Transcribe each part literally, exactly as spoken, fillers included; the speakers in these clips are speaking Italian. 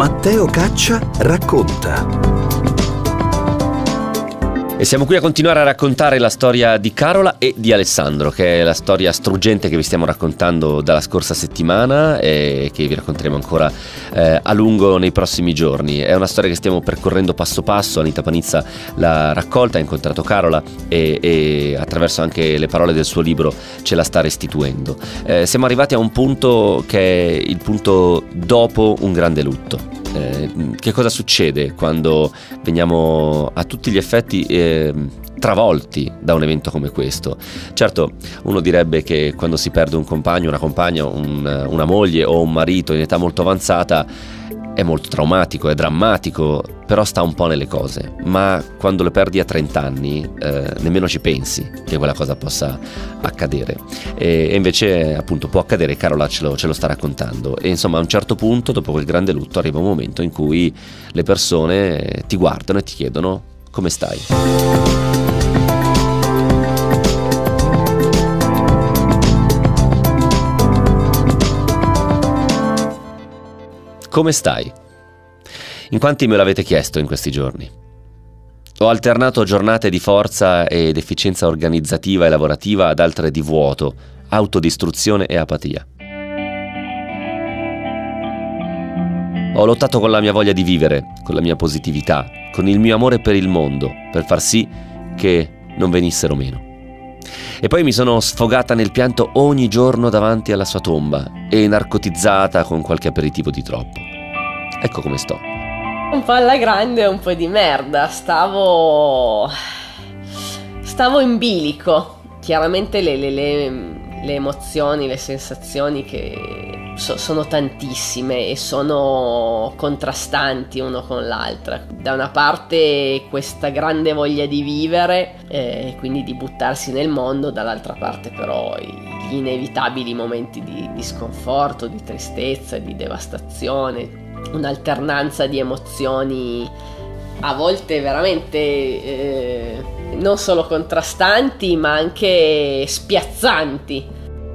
Matteo Caccia racconta. E siamo qui a continuare a raccontare la storia di Carola e di Alessandro, che è la storia struggente che vi stiamo raccontando dalla scorsa settimana e che vi racconteremo ancora eh, a lungo nei prossimi giorni. È una storia che stiamo percorrendo passo passo. Anita Panizza l'ha raccolta, ha incontrato Carola e, e attraverso anche le parole del suo libro ce la sta restituendo. Eh, siamo arrivati a un punto che è il punto dopo un grande lutto. Eh, che cosa succede quando veniamo a tutti gli effetti eh, travolti da un evento come questo? Certo, uno direbbe che quando si perde un compagno, una compagna, un, una moglie o un marito in età molto avanzata è molto traumatico, è drammatico, però sta un po' nelle cose. Ma quando lo perdi a trenta anni eh, nemmeno ci pensi che quella cosa possa accadere, e, e invece appunto può accadere. Carola ce lo, ce lo sta raccontando, e insomma a un certo punto, dopo quel grande lutto, arriva un momento in cui le persone ti guardano e ti chiedono: come stai? Come stai? In quanti me l'avete chiesto in questi giorni? Ho alternato giornate di forza ed efficienza organizzativa e lavorativa ad altre di vuoto, autodistruzione e apatia. Ho lottato con la mia voglia di vivere, con la mia positività, con il mio amore per il mondo, per far sì che non venissero meno. E poi mi sono sfogata nel pianto ogni giorno davanti alla sua tomba e narcotizzata con qualche aperitivo di troppo. Ecco come sto. Un po' alla grande e un po' di merda. Stavo... Stavo in bilico. Chiaramente le, le, le, le emozioni, le sensazioni che so, sono tantissime e sono contrastanti uno con l'altra. Da una parte questa grande voglia di vivere, eh, quindi di buttarsi nel mondo, dall'altra parte però gli inevitabili momenti di, di sconforto, di tristezza, di devastazione, un'alternanza di emozioni a volte veramente eh, non solo contrastanti ma anche spiazzanti.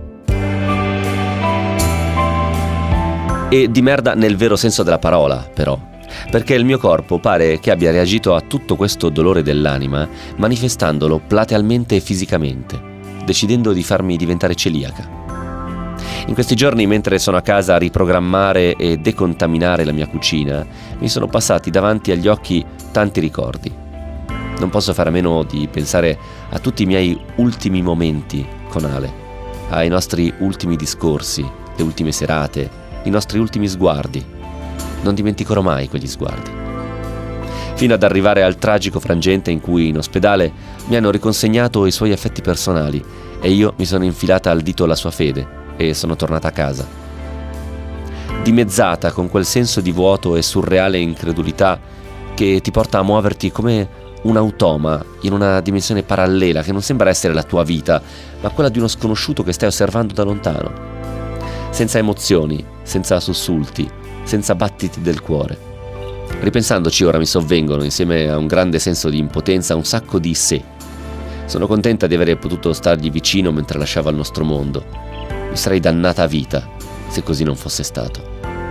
E di merda nel vero senso della parola, però, perché il mio corpo pare che abbia reagito a tutto questo dolore dell'anima manifestandolo platealmente e fisicamente, decidendo di farmi diventare celiaca. In questi giorni, mentre sono a casa a riprogrammare e decontaminare la mia cucina, mi sono passati davanti agli occhi tanti ricordi. Non posso fare a meno di pensare a tutti i miei ultimi momenti con Ale, ai nostri ultimi discorsi, le ultime serate, i nostri ultimi sguardi. Non dimenticherò mai quegli sguardi. Fino ad arrivare al tragico frangente in cui in ospedale mi hanno riconsegnato i suoi affetti personali e io mi sono infilata al dito la sua fede e sono tornata a casa. Dimezzata con quel senso di vuoto e surreale incredulità che ti porta a muoverti come un automa in una dimensione parallela che non sembra essere la tua vita, ma quella di uno sconosciuto che stai osservando da lontano. Senza emozioni, senza sussulti, senza battiti del cuore. Ripensandoci ora mi sovvengono, insieme a un grande senso di impotenza, un sacco di sé. Sono contenta di aver potuto stargli vicino mentre lasciava il nostro mondo. Mi sarei dannata a vita se così non fosse stato.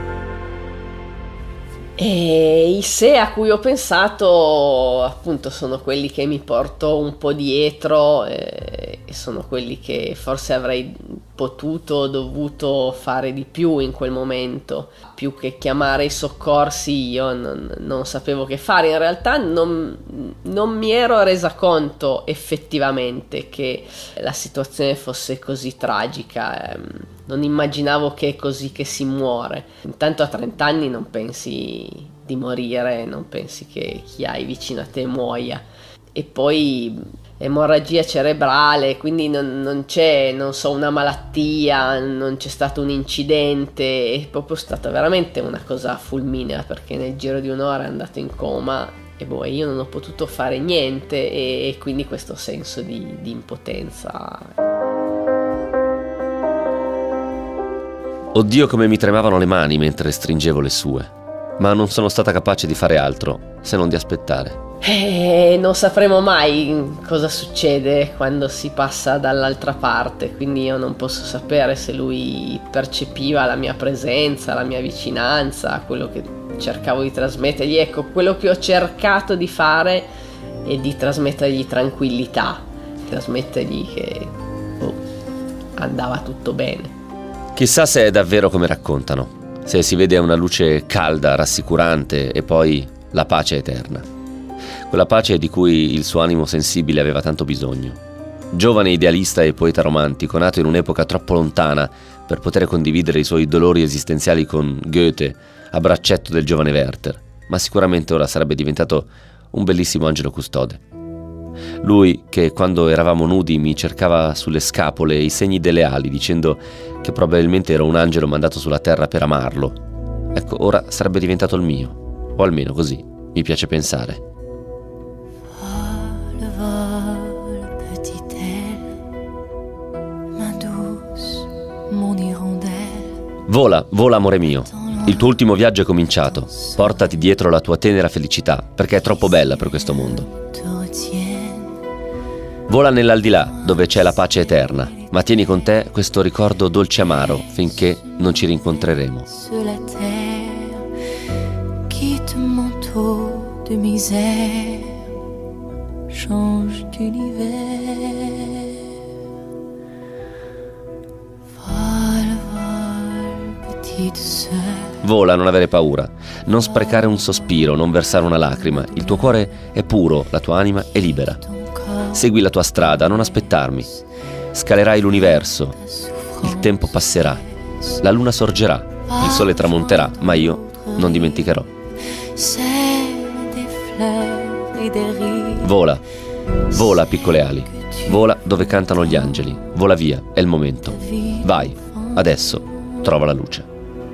E i sé a cui ho pensato appunto sono quelli che mi porto un po' dietro e sono quelli che forse avrei potuto, dovuto fare di più in quel momento. Più che chiamare i soccorsi io non, non sapevo che fare. In realtà non, non mi ero resa conto effettivamente che la situazione fosse così tragica. Non immaginavo che è così che si muore. Intanto a trenta anni non pensi di morire, non pensi che chi hai vicino a te muoia. E poi emorragia cerebrale, quindi non, non c'è, non so, una malattia, non c'è stato un incidente, è proprio stata veramente una cosa fulminea, perché nel giro di un'ora è andato in coma e boh, io non ho potuto fare niente e, e quindi questo senso di, di impotenza. Oddio come mi tremavano le mani mentre stringevo le sue, ma non sono stata capace di fare altro se non di aspettare. E non sapremo mai cosa succede quando si passa dall'altra parte, quindi io non posso sapere se lui percepiva la mia presenza, la mia vicinanza, quello che cercavo di trasmettergli, ecco, quello che ho cercato di fare è di trasmettergli tranquillità, trasmettergli che oh, andava tutto bene. Chissà se è davvero come raccontano, se si vede una luce calda, rassicurante e poi la pace eterna. Quella pace di cui il suo animo sensibile aveva tanto bisogno. Giovane idealista e poeta romantico, nato in un'epoca troppo lontana per poter condividere i suoi dolori esistenziali con Goethe a braccetto del giovane Werther, ma sicuramente ora sarebbe diventato un bellissimo angelo custode. Lui che quando eravamo nudi mi cercava sulle scapole i segni delle ali dicendo che probabilmente ero un angelo mandato sulla terra per amarlo. Ecco, ora sarebbe diventato il mio, o almeno così mi piace pensare. Vol, vol, petite aile, ma douce, mon hirondelle. Vola, vola amore mio, il tuo ultimo viaggio è cominciato, portati dietro la tua tenera felicità perché è troppo bella per questo mondo. Vola nell'aldilà dove c'è la pace eterna, ma tieni con te questo ricordo dolce amaro finché non ci rincontreremo. Sulla terre, quitte manteau de misère, change d'univers. Vol, vol, petite sœur. Vola, non avere paura, non sprecare un sospiro, non versare una lacrima. Il tuo cuore è puro, la tua anima è libera. Segui la tua strada, non aspettarmi. Scalerai l'universo, il tempo passerà, la luna sorgerà, il sole tramonterà, ma io non dimenticherò. Vola, vola piccole ali, vola dove cantano gli angeli, vola via, è il momento. Vai, adesso, trova la luce.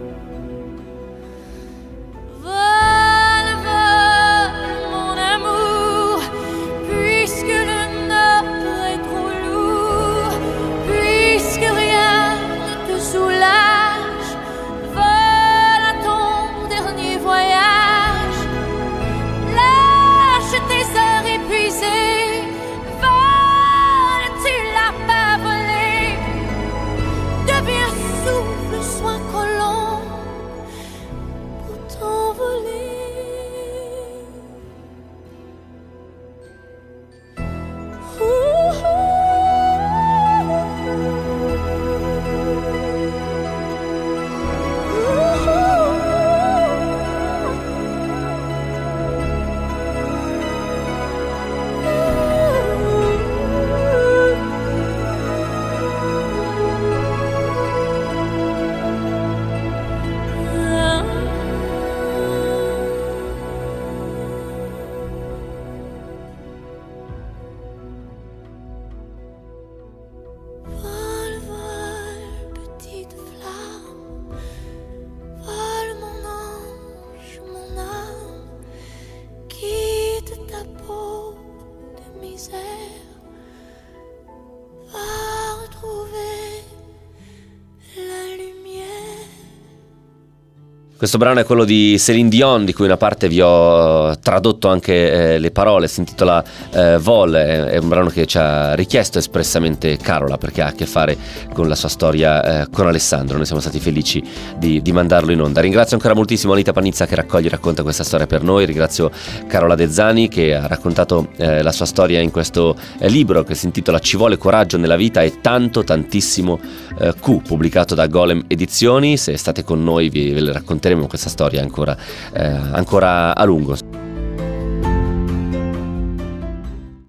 Questo brano è quello di Céline Dion, di cui una parte vi ho tradotto anche eh, le parole. Si intitola eh, Vol, è, è un brano che ci ha richiesto espressamente Carola perché ha a che fare con la sua storia eh, con Alessandro. Noi siamo stati felici di, di mandarlo in onda. Ringrazio ancora moltissimo Anita Panizza che raccoglie e racconta questa storia per noi. Ringrazio Carola De Zani che ha raccontato eh, la sua storia in questo eh, libro che si intitola Ci vuole coraggio nella vita e tanto tantissimo eh, Q, pubblicato da Golem Edizioni. Se state con noi vi, ve le racconteremo questa storia ancora, eh, ancora a lungo.